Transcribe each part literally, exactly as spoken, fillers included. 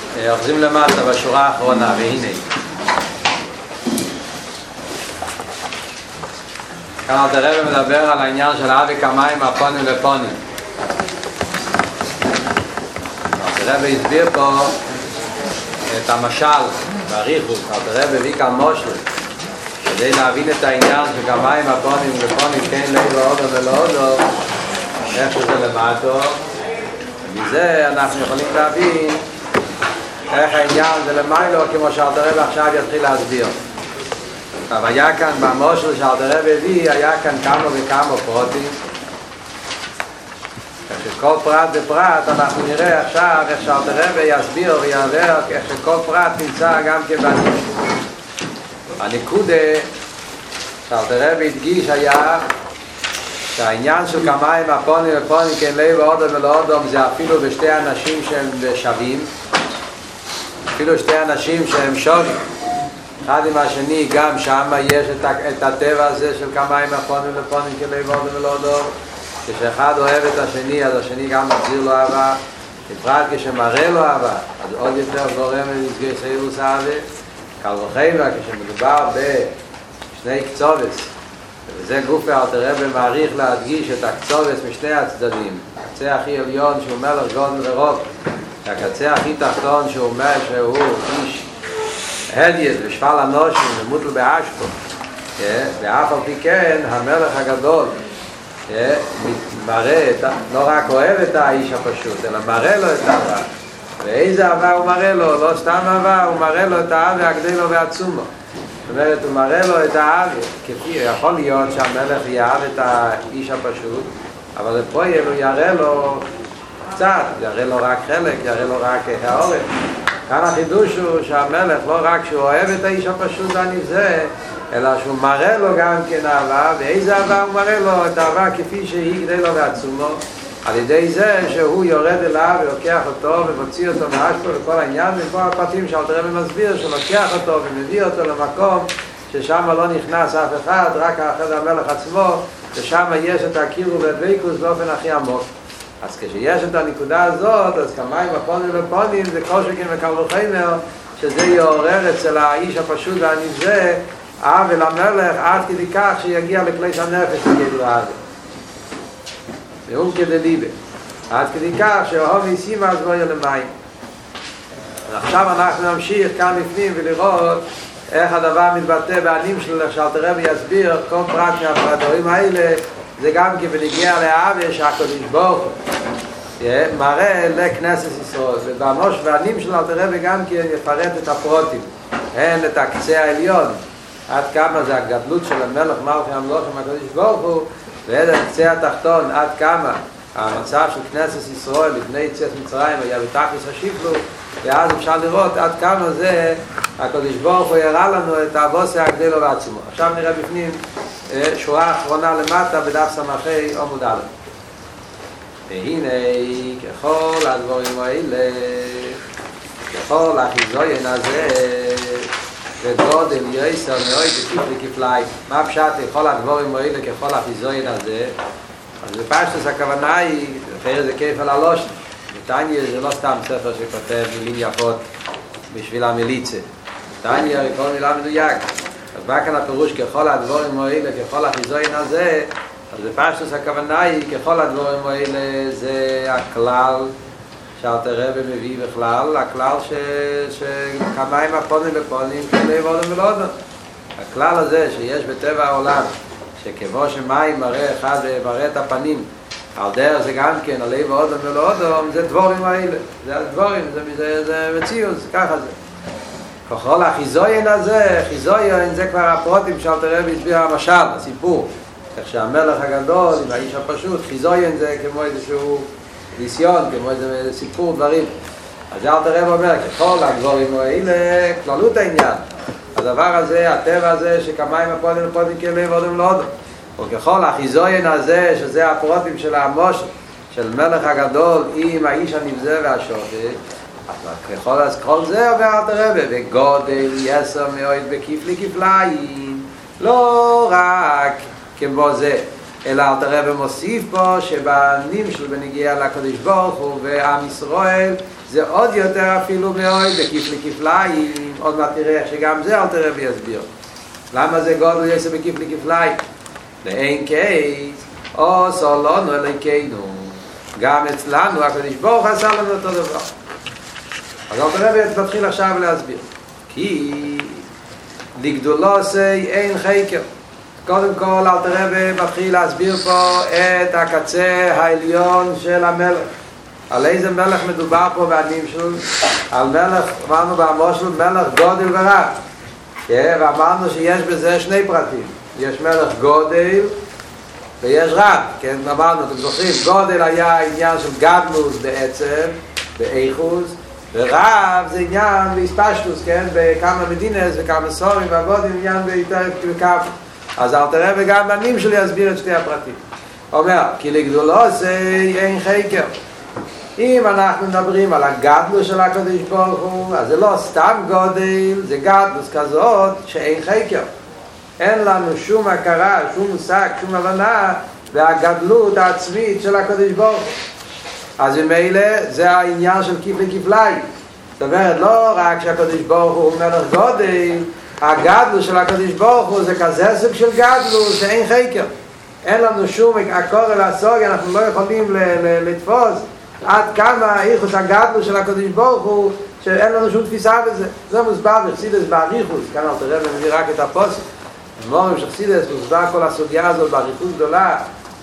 אוחזים למטה בשורה האחרונה, והנה כאן הרב מדבר על העניין של אבק המים הפונים לפונים. הרב הסביר פה את המשל והריחוס. הרב הביא כאן מושל כדי להבין את העניין של המים הפונים לפונים, כן לב ואודו ולא אודו, איך שזה למטו. ומזה אנחנו יכולים להבין איך העניין זה למיילו, כמו שהרב עכשיו יתחיל להסביר. אבל היה כאן במושל שהרב הביא, היה כאן כמה וכמה פרוטים. שכל פרט ופרט אנחנו נראה עכשיו איך שהרב יסביר ויעבר איך שכל פרט נמצא גם כבנים. הנקודה שהרב הדגיש היה שהעניין של כמיים הפונים ופונים כן לב ואודום ולא אודום זה אפילו בשתי אנשים שהם שווים, אפילו שתי אנשים שהם שווים אחד עם השני, גם שם יש את הטבע הזה של כמיים הפונים ופונים כן לב ואודום ולא אודום. כשאחד אוהב את השני, אז השני גם מחזיר לו אהבה, בפרט כשמראה לו אהבה, אז עוד יותר גורם לסגי סייבוס אהבה. קל וחומר, כשמדובר בשני קצובס, וזה גופי אלתר רבי מעריך להדגיש את הקצובס משני הצדדים. הקצה הכי עליון שהוא מלך גודל ורוב, והקצה הכי תחתון שהוא אומר שהוא איש הדיית ושפל אנושים ומוטל באשפו. ואף על פי כן, המלך הגדול מראה, לא רק אוהב את האיש הפשוט, אלא מראה לו את האהבה. ואיזה אהבה הוא מראה לו? לא סתם אהבה, הוא מראה לו את האהבה הגדלו ועצומו. זאת אומרת, הוא מראה לו את האהבה. כפי, יכול להיות שהמלך יאהב את האיש הפשוט, אבל פה הוא יראה לו קצת, יראה לו רק חלק, יראה לו רק העורף. כאן החידוש הוא שהמלך לא רק שהוא אוהב את האיש הפשוט והנבזה, אלא שהוא מראה לו גם כן אהבה. ואיזה אהבה הוא מראה לו? את האהבה כפי שהיא גדלו ועצומו, על ידי זה שהוא יורד אליו ולוקח אותו ומוציא אותו מהאשפו וכל העניין, וכל הפרטים שאלתר רבי מסביר שלוקח אותו ומביא אותו למקום ששם לא נכנס אף אחד, רק האחד המלך עצמו, ושם יש את הקירוב והדבקות באופן הכי עמוק. אז כשיש את הנקודה הזאת, אז כמיים הפונים לפונים זה כל שכן וקל וחומר שזה יעורר אצל האיש הפשוט והנבזה אהבה למלך עד כדי כך שיגיע לכלי הנפש תגידו אהבה. והוא כדי ליבה. עד כדי כך שאוהב ישים אז בוא למים. עכשיו אנחנו נמשיך כאן לפנים ולראות איך הדבר מתבטא בענים שלו, שאלתר רבי יסביר כל פרט מהפרטים האלה, זה גם כי בנגיע לאהבה שהקדוש ברוך הוא מראה לכנסת ישראל. ובמוש והענים של אלתר רבי גם כי יפרט את הפרוטים, הן את הקצה העליון, עד כמה זה הגדלות של המלך מלכי המלוכים הקדוש ברוך הוא, ועד הקצה התחתון עד כמה המצב של כנסת ישראל לפני יציאת מצרים היה בתכלס השיפלו, ואז אפשר לראות עד כמה זה הקדוש ברוך הוא יראה לנו את הבוסה הגדלו ועצמו. עכשיו נראה בפנים שורה אחרונה למטה בדף סמכי עמוד א'. והנה ככל הדברים האלה, ככל החיזוין הזה וגודל יסר מאוד בכפלי כפליים. מה פשט לכל הדברים האלה ככל החיזוין הזה? אז בפשטוס הכוונה היא, אחרי זה כיף על הלושן. נתניה זה לא סתם ספר שכותב מילים יפות בשביל המיליצה. נתניה היא כל מילה מדויק. אז בא כאן הפירוש ככל הדברים האלה, ככל החיזוין הזה, אז בפשטוס הכוונה היא ככל הדברים האלה זה הכלל שאלתר רבי מביא בכלל, הכלל שכמיים הפונים לפונים כלי ואודום ולא אודום. הכלל הזה שיש בטבע העולם, שכמו שמים מראה אחד מראה את הפנים, על דרך זה גם כן, עלי ואודום ולא אודום, זה דבורים האלה, זה הדבורים, זה, זה, זה מציאות, זה ככה זה. ככל החיזוין הזה, חיזוין זה כבר הפרוטים שאלתר רבי הסביר המשל, הסיפור. איך שהמלך הגדול עם האיש הפשוט, חיזוין זה כמו איזשהו ניסיון, כמו איזה סיפור דברים. אז אלתר רבי אומר, ככל הדבורים האלה, כללות העניין. הדבר הזה, הטבע הזה, שכמיים הפונים לפונים כלי ואודום לא אודום. וככל החיזוין הזה, שזה הפרוטים של המושל, של מלך הגדול עם האיש הנבזה והשופט, ככל אז כל זה אומר אלתר רבי, וגודל יסר מאוד בכפלי כפליים, לא רק כמו זה, אלא אלתר רבי מוסיף פה שבענים של בנגיע לקדוש ברוך הוא ועם ישראל זה עוד יותר אפילו מאוד בכיפלי כפליים, עוד מעט תראה שגם זה אל תראה ויסביר. למה זה גודל יעשה בכיפלי כפליים? לאין קייס, או סולונו אליקנו, גם אצלנו הקדוש ברוך הוא עשה לנו אותו דבר. אז אל תראה ותתחיל עכשיו להסביר. כי לגדולוסי אין חקר. קודם כל אל תראה ומתחיל להסביר פה את הקצה העליון של המלך. על איזה מלך מדובר פה בעדים שלו? על מלך, אמרנו בעמושל, מלך גודל ורב. ואמרנו שיש בזה שני פרטים. יש מלך גודל ויש רב. כן, אמרנו, אתם זוכרים, גודל היה עניין של גדלוס בעצם, באיכוס, ורב זה עניין בהספשטוס, כן, בכמה מדינס וכמה סורים, ועבודים עניין ביותר כף. אז אל תראה וגם בנים שלי יסביר את שתי הפרטים. אומר, כי לגדולו זה אין חקר. אם אנחנו מדברים על הגדלוס של הקדוש ברוך הוא, אז זה לא סתם גודל, זה גדלוס כזאת שאין חקר. אין לנו שום הכרה, שום מושג, שום הבנה והגדלות העצמית של הקדוש ברוך הוא. אז ממילא זה העניין של כפלי כפליים. זאת אומרת, לא רק שהקדוש ברוך הוא מלך גודל, הגדלות של הקדוש ברוך הוא זה כזה סוג של גדלות שאין חקר. אין לנו שום הקורא לעסוק, אנחנו לא יכולים לתפוס עד כמה איכות הגדלות של הקדוש ברוך הוא, שאין לנו שום תפיסה בזה. זה מוסבר בחסידות באריכות, כאן אל תראה ומביא רק את הפוסק. אמורים שחסידות מוסבר כל הסוגיה הזאת באריכות גדולה.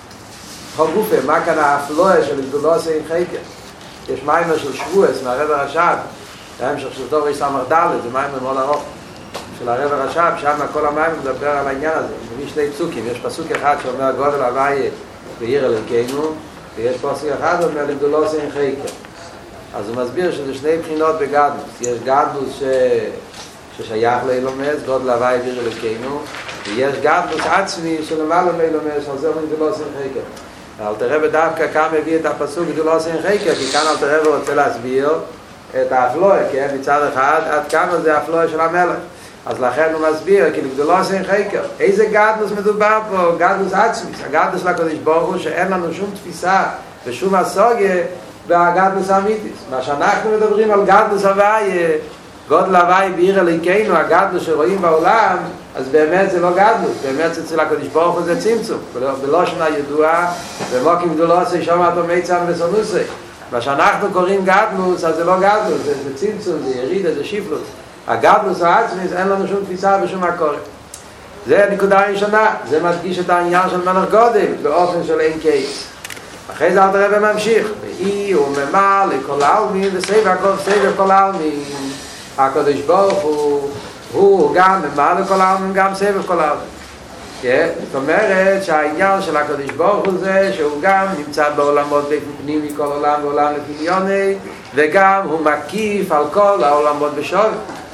כל גופה, מה כאן האפלואה של גדולוס אין חקר? יש מיימר של שבועס מהרב הרש"ב, ההמשך של תורה סמ"ך ד', זה מיימר מאוד ארוך של הרב הרש"ב, שם כל המיימר מדבר על העניין הזה. מביא שני פסוקים, יש פסוק אחד שאומר גודל הוויה בעיר אלוקינו, ויש פסוק אחד שאומר לגדולוס אין חקר. אז הוא מסביר שזה שני בחינות בגדלוס. יש גדלוס ש... ששייך לאילומס, גודל הוויה בעיר אלוקינו, ויש גדלוס עצמי שלמעלה מאילומס, על זה אומרים גדולוס אין חקר. אל תראה בדווקא כאן מביא את הפסוק גדולוס אין חקר, כי כאן אל תראה ורוצה להסביר את האפלואה, כן? מצד אחד, עד כמה זה האפלואה של המלך. אז לכן הוא מסביר, כי לגדולוס אין חקר. איזה גדלוס מדובר פה? גדלוס עצמי. הגדלוס לקדוש ברוך הוא שאין לנו שום תפיסה ושום הסוגיה והגדלוס האמיתיס. מה שאנחנו מדברים על גדלוס הוויה, גודל הוויה בעיר אלוקינו, הגדלוס שרואים בעולם, אז באמת זה לא גדלוס, באמת אצל הקדוש ברוך הוא זה צמצום. בלושן הידועה, במוקים גדולוסי שומעת ומיצן וסונוסי. מה שאנחנו קוראים גדלוס, אז זה לא גדלוס, זה, זה צמצום, זה ירידה, זה שיפלוס. הגדלוס העצמי, אין לנו שום תפיסה ושום מקורת. זה נקודה ראשונה, זה מדגיש את העניין של מלך גודל, באופן של אין קייס. אחרי זה אל תראה וממשיך. ואי הוא ממלא כל העלמין, וסבב הכל סבב כל העלמין. הקדוש ברוך הוא, הוא גם ממלא כל העלמין, גם סבב כל העלמין. כן? זאת אומרת שהעניין של הקדוש ברוך הוא זה שהוא גם נמצא בעולמות בפנים מכל עולם ועולם לפניוני, וגם הוא מקיף על כל העולמות בשווה.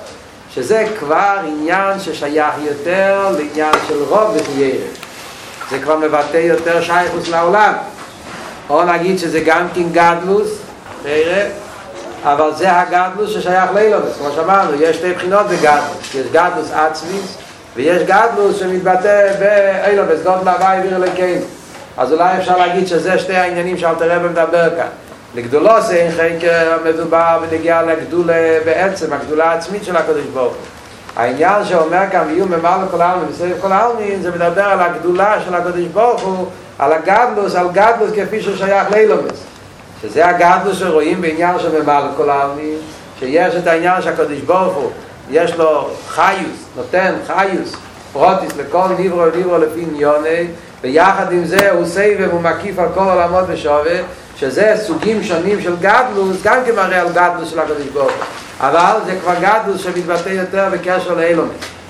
שזה כבר עניין ששייך יותר לעניין של רוב וחיירת. זה כבר מבטא יותר שייכוס לעולם. או נגיד שזה גם כן גדלוס, חיירת, אבל זה הגדלוס ששייך לאילומס. כמו שאמרנו, יש שתי בחינות בגדלוס. יש גדלוס עצמיס, ויש גדלוס שמתבטא באילומס, גודל הוויה בעיר אלוקינו. אז אולי אפשר להגיד שזה שתי העניינים שאל תראה ומדבר כאן. לגדולוס אין חקר מדובר ונגיע לגדולה בעצם, הגדולה העצמית של הקדוש ברוך הוא. העניין שאומר כאן ויהיו ממלא כל העלמין וסבב כל העלמין, זה מדבר על הגדולה של הקדוש ברוך הוא, על הגדלוס, על גדלוס כפי ששייך לאילומס. שזה הגדלוס שרואים בעניין של ממלא כל העלמין, שיש את העניין שהקדוש ברוך הוא, יש לו חיוס, נותן חיוס, פרוטיס לכל ניברו וניברו לפי עניוני, ויחד עם זה הוא סבב, הוא מקיף על כל עולמות ושווה, שזה סוגים שונים של גדלוס, גם כמראה על גדלוס של הקדוש ברוך הוא. אבל זה כבר גדלוס שמתבטא יותר בקשר לאילומס.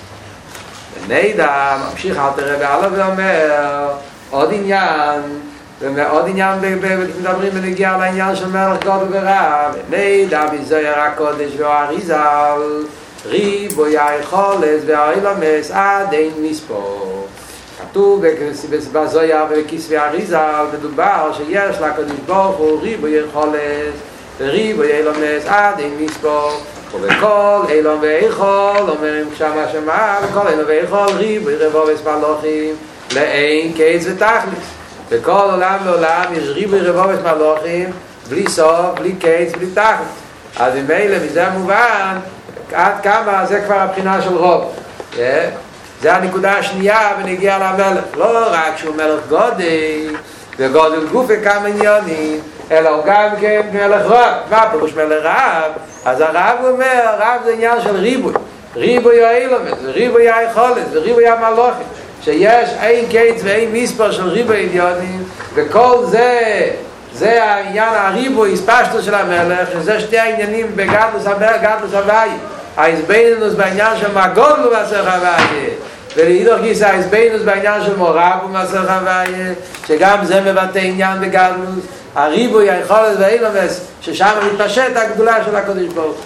ונדע, ממשיך אל תראה בעלה ואומר, עוד עניין, עוד עניין, מדברים ונגיע לעניין של מלך גודל ורב. ונדע בזוהר הקודש והאריזל, ריבוי היכולת והאילומס עד אין מספור. כתוב בזוהר ובכסבי האריזל, מדובר שיש לקדוש ברוך הוא ריבוי יכולת וריבוי אילומס עד אין מספור. ובכל אילום ואיכול אומרים שמה שמה, וכל אילום ואיכול ריבוי רבובס מלוכים לאין קץ ותכלס. בכל עולם ועולם יש ריבוי רבובס מלוכים בלי סוף, בלי קץ, בלי תכלס. אז ממילא מזה מובן עד כמה זה כבר הבחינה של רוב. זה הנקודה השנייה ונגיע למלך. לא רק שהוא מלך גודל וגודל גופה כמה עניונים, אלא הוא גם כן מלך רב. מה פירוש מלך רב? אז הרב אומר, רב זה עניין של ריבוי, ריבוי האילומות, זה ריבוי היכולת, זה ריבוי המלוכים, שיש אין קץ ואין מספר של ריבוי עניונים, וכל זה זה העניין הריבוי, הספשטו של המלך, שזה שתי העניינים בגדלוס המלך, גדלוס הוואי, ההסבינוס בעניין של מגודל ומסך הוואי, ולהידור גיסא ההסבינוס בעניין של מורב ומסך הוואי, שגם זה מבטא עניין בגדלוס, הריבוי, היכולת והאילומס, ששם מתפשט הגדולה של הקדוש ברוך הוא.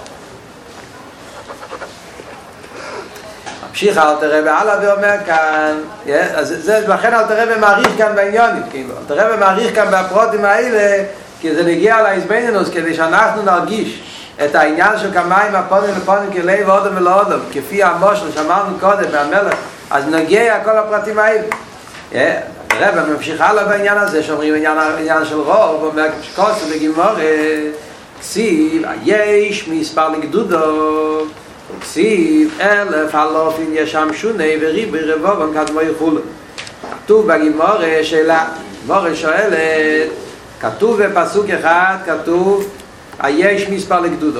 ממשיך אלתר רבי הלאה ואומר כאן, אז זה, לכן אלתר רבי מעריך כאן בעניונים, כאילו, אלתר רבי מעריך כאן בפרוטים האלה, כי זה נגיע להסבינוס, כדי שאנחנו נרגיש את העניין של כמיים הפונים לפונים כלב ואודם ולאודם, כפי המושל שאמרנו קודם מהמלך, אז נגיע כל הפרטים האלה. הרב ממשיך הלאה בעניין הזה, שאומרים עניין, עניין של רוב, ואומר כשקוסו בגימור, כסיב, יש מספר לגדודו, כסיב, אלף אלופין יש שם שוני וריבי רבובם כדמו יחולו. כתוב בגימור שאלה, גימור שואלת, כתוב בפסוק אחד, כתוב, יש מספר לגדודו.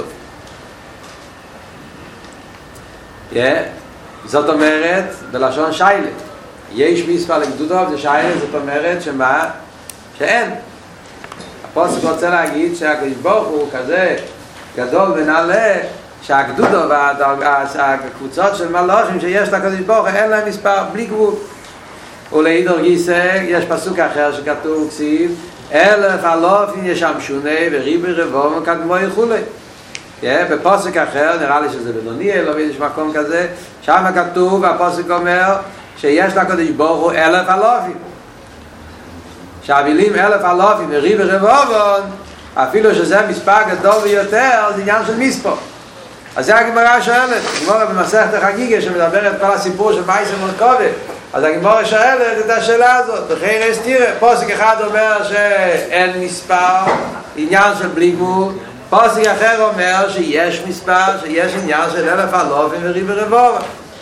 Yeah. זאת אומרת, בלשון שיילה, יש מספר לגדודו, זה שיילה, זאת אומרת שמה? שאין. הפוסק רוצה להגיד שהקדוש ברוך הוא כזה גדול ונעלה, שהגדודו והקבוצות של מלאכים שיש לקדוש ברוך הוא אין להם מספר בלי גבול. ולהידור גיסא יש פסוק אחר שכתוב כסיב, אלף אלופים ישמשונה וריבי רבובם כדמו יחולו. בפוסק אחר, נראה לי שזה בדוניאל, לא באיזשהו מקום כזה, שם כתוב, הפוסק אומר שיש לקדוש ברוך הוא אלף אלופים. שהמילים אלף אלופים וריבי רבובם, אפילו שזה מספר גדול ביותר, זה עניין של מספר. אז זה הגמרא שואלת, הגמרא במסכת החגיגה שמדברת כל הסיפור של מייסר מורכבה, אז הגמרא שואלת את השאלה הזאת, בכי רסתירה, פוסק אחד אומר שאין מספר, עניין של בלי גבול, פוסק אחר אומר שיש מספר, שיש עניין של אלף אלופים וריבי רבובם.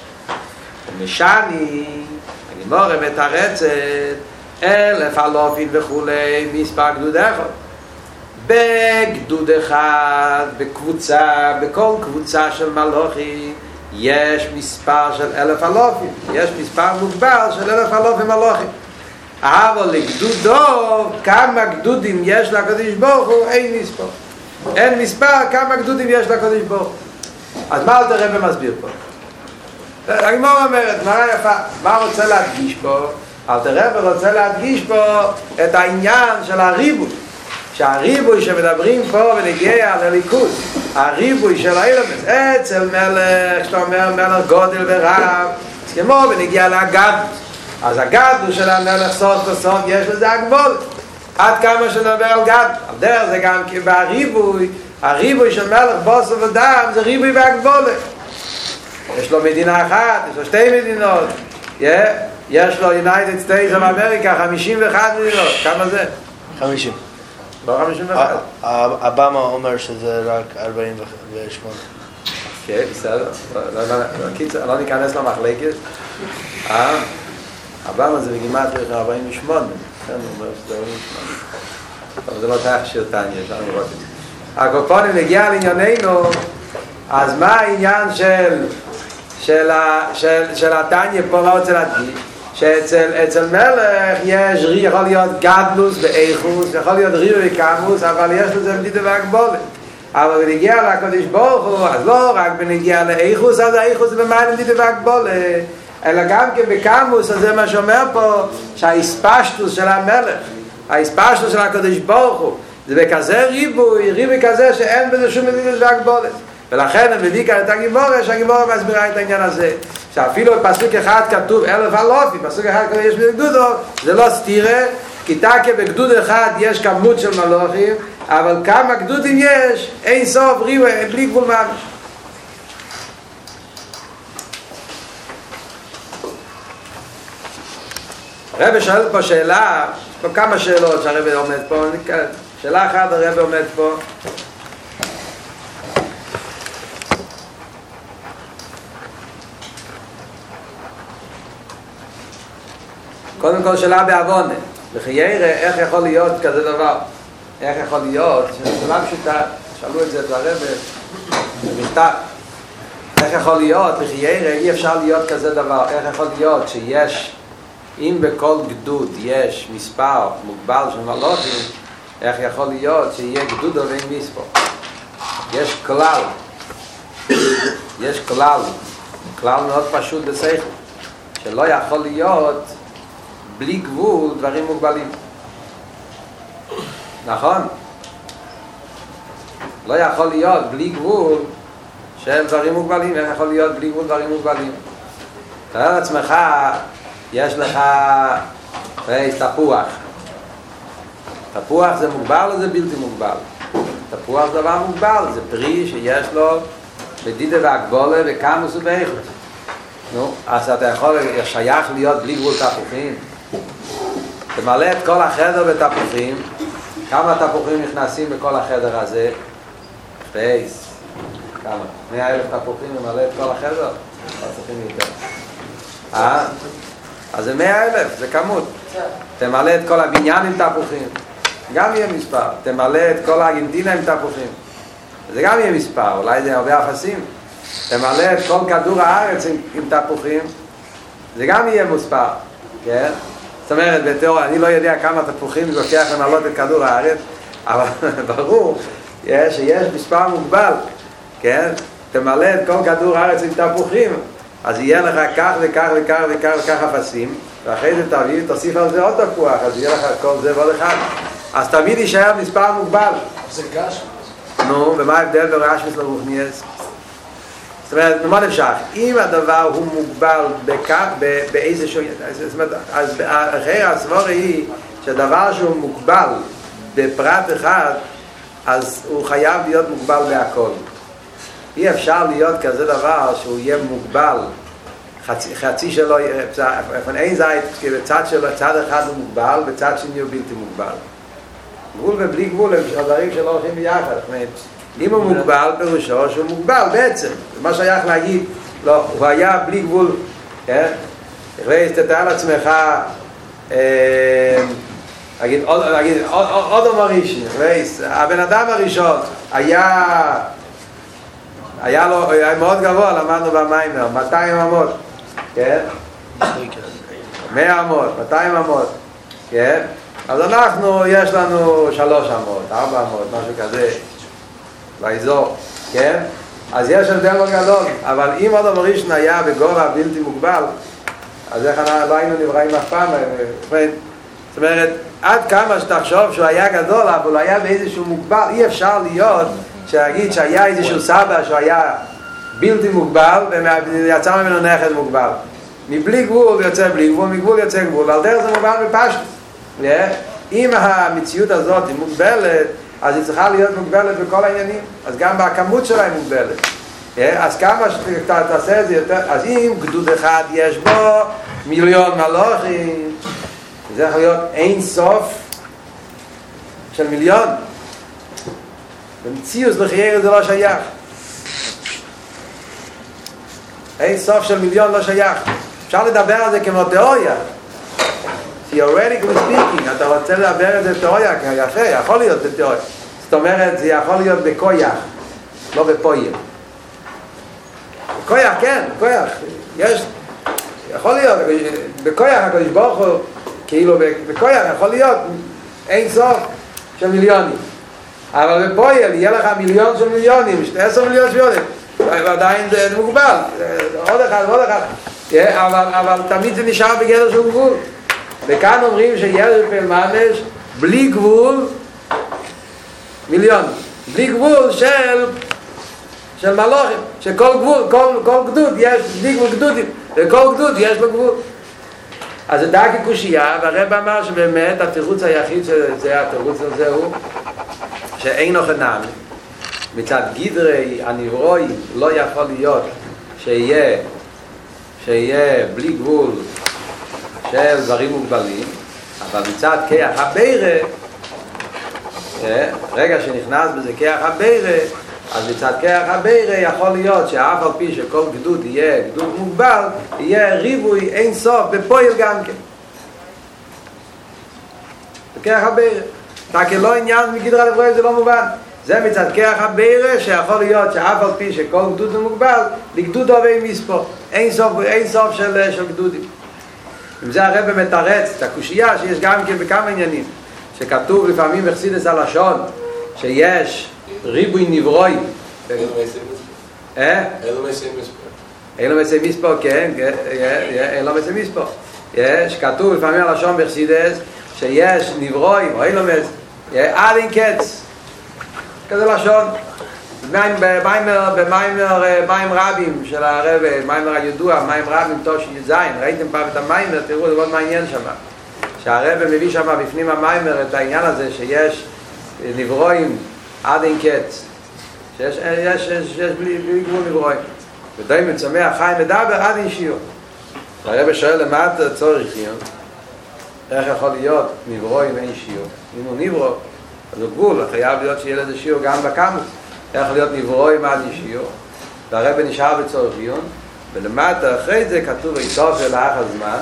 משני, הגמרא מתרצת, אלף אלופים וכולי, מספר גדוד אחד. בגדוד אחד, בקבוצה, בכל קבוצה של מלוכים, יש מספר של אלף אלופים, יש מספר מוגבל של אלף אלופים מלוכים. אבל לגדודו, כמה גדודים יש לקדוש ברוך הוא, אין מספר. אין מספר כמה גדודים יש לקדוש ברוך הוא. אז מה אלתר רבי מסביר פה? הגמרא אומרת, מה יפה, מה רוצה להדגיש פה? אלתר רבי רוצה להדגיש פה את העניין של הריבוי. שהריבוי שמדברים פה ונגיע לליכוד, הריבוי של האילומס, אצל מלך, שאתה אומר מלך גודל ורב, אז כמו ונגיע להגד, אז הגד הוא של המלך סוף וסוף, יש לזה הגבול, עד כמה שנדבר על גד, על דרך זה גם כי בריבוי, הריבוי של מלך בוסו ודם זה ריבוי והגבול, יש לו מדינה אחת, יש לו שתי מדינות, yeah? יש לו United States of America, חמישים ואחת מדינות, כמה זה? חמישים. לא חמישים ואחת. אובמה אומר שזה רק ארבעים ושמונה. כן, בסדר. לא ניכנס למחלקת. אובמה זה בגימטריה ארבעים ושמונה. כן, הוא אומר שזה ארבעים ושמונה. אבל זה לא תכשיר תניא, אפשר לראות את זה. הקופונים נגיע לענייננו, אז מה העניין של התניא פה, מה רוצה להדגיש? שאצל מלך יש, יכול להיות גדלוס באיכוס, יכול להיות ריבוי וכמוס, אבל יש לזה מדידה והגבולת. אבל בנגיע לקדוש ברוך הוא, אז לא רק בנגיע לאיכוס, אז האיכוס זה במעלה מדידה והגבולת, אלא גם כן בכמוס, אז זה מה שאומר פה, שההספשטוס של המלך, ההספשטוס של הקדוש ברוך הוא, זה בכזה ריבוי, ריבוי כזה שאין בזה שום מדידה והגבולת. ולכן הם מביא כאן את הגימורה, שהגימורה מסבירה את העניין הזה. שאפילו בפסוק אחד כתוב אלף אלופים, בפסוק אחד כתוב יש בגדודו, זה לא סתירה, כי תקה בגדוד אחד יש כמות של מלוכים, אבל כמה גדודים יש, אין סוף ריבוי, בלי גבול ממש. הרב שואל פה שאלה, יש פה כמה שאלות שהרב עומד פה, שאלה אחת הרב עומד פה, קודם כל שאלה בעוונה. לחיירה, איך יכול להיות כזה דבר? איך יכול להיות? שאלה פשוטה, שאלו את זה את הרב במכתב. איך יכול להיות? לחיירה, אי אפשר להיות כזה דבר. איך יכול להיות שיש, אם בכל גדוד יש מספר מוגבל של מלוכים, איך יכול להיות שיהיה גדוד ואין מספר? יש כלל. יש כלל. כלל מאוד פשוט בשכל. שלא יכול להיות בלי גבול דברים מוגבלים. נכון? לא יכול להיות בלי גבול של דברים מוגבלים. איך יכול להיות בלי גבול דברים מוגבלים? תאר לעצמך, יש לך תפוח. תפוח זה מוגבל או זה בלתי מוגבל? תפוח זה דבר מוגבל, זה פרי שיש לו בדידה והגבולה וכמוס ובאיכות. נו, אז אתה יכול, שייך להיות בלי גבול תפוחים. תמלא את כל החדר בתפוחים. כמה תפוחים נכנסים בכל החדר הזה? פייס. כמה? מאה אלף תפוחים ממלא את כל החדר? לא צריכים יותר. אה? אז זה מאה אלף, זה כמות. תמלא את כל הבניין עם תפוחים. גם יהיה מספר. תמלא את כל הארגנטינה עם תפוחים. זה גם יהיה מספר, אולי זה הרבה אפסים. תמלא את כל כדור הארץ עם, עם תפוחים, זה גם יהיה מספר, כן? זאת אומרת, בתיאוריה, אני לא יודע כמה תפוחים לוקח למלות את כדור הארץ, אבל ברור שיש מספר מוגבל, כן? תמלא את כל כדור הארץ עם תפוחים, אז יהיה לך כך וכך וכך וכך וכך אפסים, ואחרי זה תביא, תוסיף על זה עוד תפוח, אז יהיה לך כל זה ועוד אחד. אז תמיד יישאר מספר מוגבל. זה גש. נו, ומה ההבדל בין רשמית לרוחניאס? זאת אומרת, מה נמשך? אם הדבר הוא מוגבל באיזשהו... זאת אומרת, אז אחרי הסבורה היא שהדבר שהוא מוגבל בפרט אחד, אז הוא חייב להיות מוגבל בהכל. אי אפשר להיות כזה דבר שהוא יהיה מוגבל, חצי, חצי שלו, אין זית, בצד שלו, צד אחד הוא מוגבל, בצד שני הוא בלתי מוגבל. גבול ובלי גבול הם דברים שלא הולכים ביחד. אם הוא מוגבל, פירושו שהוא מוגבל בעצם. מה שייך להגיד, לא, הוא היה בלי גבול, כן? תתאר לעצמך, אגיד, עוד אומר ראשון, הבן אדם הראשון היה, היה לו, היה מאוד גבוה, למדנו במיימר, מאתיים אמות, כן? מאה אמות, מאתיים אמות, כן? אז אנחנו, יש לנו שלוש אמות, ארבע אמות, משהו כזה, באזור, כן? אז יש הבדל מאוד גדול, אבל אם עוד המראשון היה בגובה בלתי מוגבל, אז איך לא היינו נבראים אף פעם? זאת אומרת, עד כמה שתחשוב שהוא היה גדול, אבל הוא היה באיזשהו מוגבל, אי אפשר להיות שיגיד שהיה איזשהו סבא שהוא היה בלתי מוגבל, ויצא ממנו נכד מוגבל. מבלי גבול יוצא בלי גבול, מגבול יוצא גבול, ועל דרך זה מוגבל בפשט. אם המציאות הזאת היא מוגבלת, אז היא צריכה להיות מוגבלת בכל העניינים, אז גם בכמות שלה היא מוגבלת. אז כמה שאתה תעשה את זה יותר, אז אם גדוד אחד יש בו מיליון מלוכים, זה יכול להיות אין סוף של מיליון. במציאות לחייר זה לא שייך. אין סוף של מיליון לא שייך. אפשר לדבר על זה כמו תיאוריה. Theoretically speaking, אתה רוצה לדבר את זה תיאוריה, יפה, יכול להיות בתיאוריה. זאת אומרת, זה יכול להיות בכויח, לא בפויר. בכויח, כן, בכויח. יש, יכול להיות, בכויח הקדוש ברוך הוא, כאילו בכויח יכול להיות אין סוף של מיליונים. אבל בפויר יהיה לך מיליון של מיליונים, עשר מיליון של מיליונים. ועדיין זה מוגבל, עוד אחד ועוד אחד. אבל, אבל תמיד זה נשאר בגדר של גבול. וכאן אומרים שיש ממש בלי גבול מיליון, בלי גבול של של מלוכים, שכל גבול, כל, כל גדוד יש, בלי גבול גדודים, וכל גדוד יש לו גבול. אז זה דקי קושייה, והרב אמר שבאמת התירוץ היחיד שזה התירוץ הזה הוא שאין אוכל נעמי. מצד גדרי הנברוי לא יכול להיות שיהיה שיהיה בלי גבול של דברים מוגבלים, אבל מצד כיח הבירה, רגע שנכנס בזה כיח הבירה, אז מצד כיח הבירה יכול להיות שאף על פי שכל גדוד יהיה גדוד מוגבל, יהיה ריבוי אין סוף בפועל גם כן. כרך הבירה. רק לא עניין מגדר הנברואים, זה לא מובן. זה מצד כרך הבירה שיכול להיות שאף על פי שכל גדוד הוא מוגבל, לגדוד אוהבי מספור. אין סוף, אין סוף של, של גדודים. עם זה הרב מתרץ את הקושייה שיש גם כן בכמה עניינים. שכתוב לפעמים בחסידות הלשון שיש ריבוי נברואים. אין לו מסי מספור. אה? אין לו מסי מספור. אין לו מסי מספור, כן, אין לו מסי מספור. שכתוב לפעמים הלשון בחסידות שיש נברואים, או אין לו מסי, עד אין קץ. כזה לשון. במים רבים של הרב, מים הידוע, מים רבים תושי יזין, ראיתם פעם את המיימר, תראו, זה מאוד מעניין שם. שהרב מביא שם בפנים המיימר את העניין הזה שיש נברואים עד אין קץ. שיש יש, יש, יש בלי, בלי גבול נברואים. ודאי צומח חיים מדבר עד אין שיעור. הרב שואל למה אתה צורך שיעור? איך יכול להיות נברואים אין שיעור? אם הוא נברו, אז הוא גבול, חייב להיות שיהיה לזה שיעור גם בקמוס. איך להיות נברואים עד אין שיעור? והרב נשאר בצורך שיעור, ולמטה אחרי זה כתוב איסוף אל האח הזמן,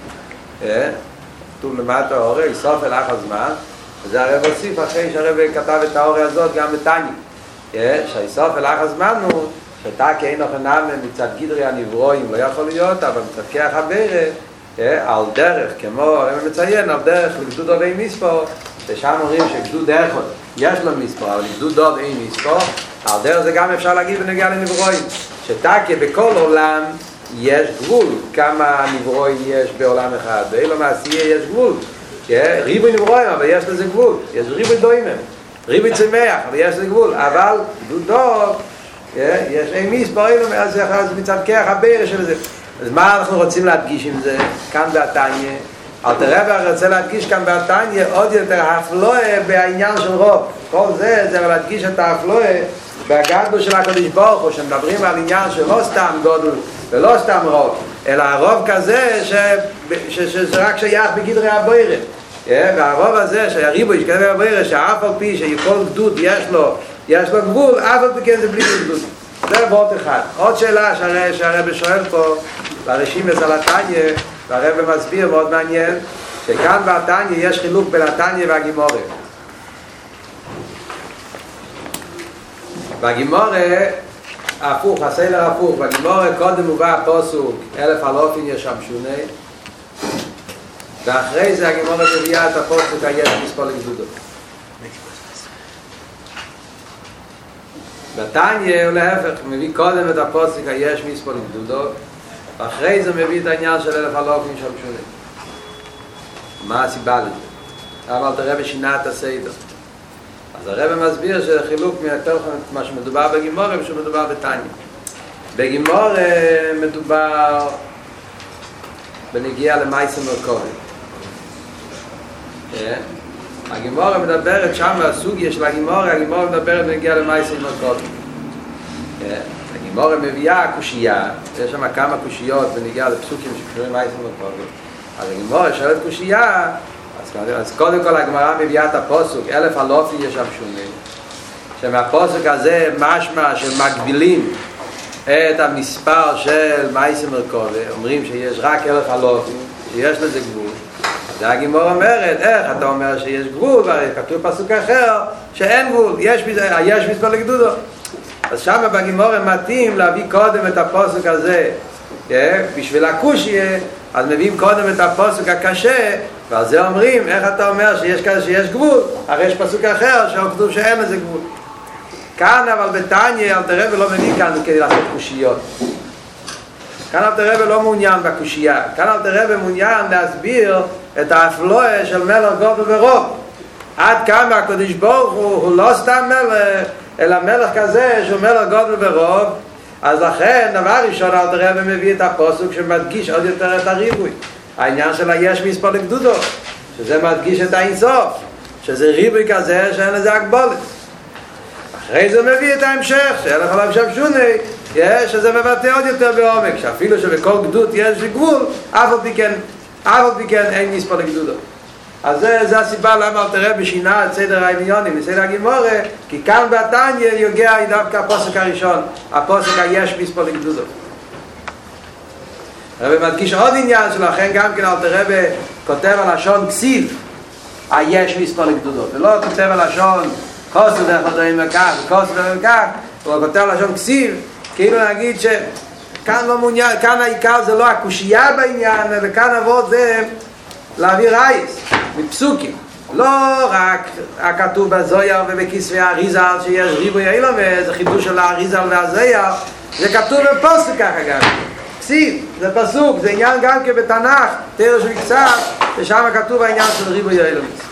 כתוב למטה האורא, איסוף אל האח הזמן, וזה הרב הוסיף אחרי שהרב כתב את האורא הזאת גם בתניא. שהאיסוף אל האח הזמן הוא שאתה כאין אוכנם מצד גדרי הנברואים לא יכול להיות, אבל מצד כרך הבירה על דרך, כמו הרב מציין, על דרך לגדוד אוהבי מספור, ששם אומרים שגדוד אחד יש לו מספור, אבל לגדוד דוב אין מספור, על דרך זה גם אפשר להגיד בנגיע לנברואים, שתקה בכל עולם יש גבול, כמה נברואים יש בעולם אחד, ואילו מעשייה יש גבול, ריבוי נברואים, אבל יש לזה גבול, יש ריבוי דוימם, ריבוי צמח, אבל יש לזה גבול, אבל גדוד דוב, יש אין מספור, אז מצד כרך הבירה של זה. אז מה אנחנו רוצים להדגיש עם זה? כאן בתניא, אלתר רבי רוצה להדגיש כאן בתניא עוד יותר האפלואה בעניין של רוב. כל זה זה להדגיש את האפלואה בהגדלו של הקדוש ברוך הוא, שמדברים על עניין של לא סתם גודל ולא סתם רוב, אלא הרוב כזה ש... ש... שזה רק שייך בגדרי הבירה. והרוב הזה שהריבו יש כזה בבירה, שאף על פי שכל גדוד יש לו יש לו גבול, אף על פי כן זה בלי גדוד. זה ועוד אחד. עוד שאלה שהרב שואל פה ברשימס על התניא, והרב מסביר מאוד מעניין, שכאן בתניא יש חילוק בין התניא והגימורה. בגימורה הפוך, הסדר הפוך. בגימורה קודם מובא הפסוק אלף אלופים ישמשונה, ואחרי זה הגימורה מביאה את הפסוק היש מספר לגדודו. בתניא הוא להפך, מביא קודם את הפסוק היש מספר לגדודו, ואחרי זה מביא את העניין של אלף אלופים ישמשונה. מה הסיבה לזה? למה אלתר רבי שינה את הסדר? אז הרב מסביר שזה חילוק מיותר מה שמדובר בגימורה ושמדובר בתניא. בגימורה מדובר בנגיעה למעשה מורכב. הגימורה מדברת שם, הסוגיה של הגימורה, הגימורה מדברת בנגיעה למעשה מורכב. הגימורה מביאה קושייה, יש שם כמה קושיות בנגיעה לפסוקים שקשורים למעשה מורכב. אז הגימורה שואלת קושייה, אז קודם כל הגמרא מביאה את הפסוק אלף אלופים ישמשונה, שמהפסוק הזה משמע שמגבילים את המספר של מעשה מורכב, אומרים שיש רק אלף אלופים, שיש לזה גבול. אז הגימורה אומרת, איך אתה אומר שיש גבול? והרי כתוב פסוק אחר שאין גבול, יש, יש מספר לגדודו. אז שם בגימורה מתאים להביא קודם את הפסוק הזה בשביל הקושיה, אז מביאים קודם את הפסוק הקשה, ועל זה אומרים, איך אתה אומר שיש כזה שיש גבול? הרי יש פסוק אחר שכתוב שאין לזה גבול. כאן אבל בתניא אלתר רבי לא מביא כאן כדי לעשות קושיות. כאן אלתר רבי לא מעוניין בקושייה. כאן אלתר רבי מעוניין להסביר את האפלואה של מלך גודל ורוב. עד כמה הקדוש ברוך הוא, הוא לא סתם מלך, אלא מלך כזה שהוא מלך גודל ורוב. אז לכן דבר ראשון אלתר רבי מביא את הפסוק שמדגיש עוד יותר את הריבוי. העניין של היש מספר לגדודו, שזה מדגיש את האינסוף, שזה ריבוי כזה שאין לזה הגבולת. אחרי זה מביא את ההמשך, שאלף אלופים ישמשונה, שזה מבטא עוד יותר בעומק, שאפילו שבכל גדוד יש גבול, אף על פי כן, אף על פי כן אין מספר לגדודו. אז זה, זה הסיבה למה אלתר רבי שינה את סדר העניונים, את סדר הגימורה, כי כאן בתניא יוגע דווקא הפסוק הראשון, הפסוק היש מספר לגדודו. הרב מדגיש עוד עניין שלכן גם כן אלתר רבי כותב על לשון כסיב, היש מספר לגדודות, ולא כותב הלשון חוסר דרך הדברים לכך, וחוסר דרך לכך, הוא כותב הלשון כסיב, כאילו להגיד שכאן לא מעוניין, כאן העיקר זה לא הקושייה בעניין, אלא כאן עבוד זה להעביר רייס, מפסוקים. לא רק הכתוב בזויר ובכסבי האריזל שיש ריבוי אילום, זה חידוש של האריזל והזויר, זה כתוב בפוסק ככה גם. כסיב, זה פסוק, זה עניין גם כבתנ"ך, תרש וקצת, ושם כתוב העניין של ריבוי אילום.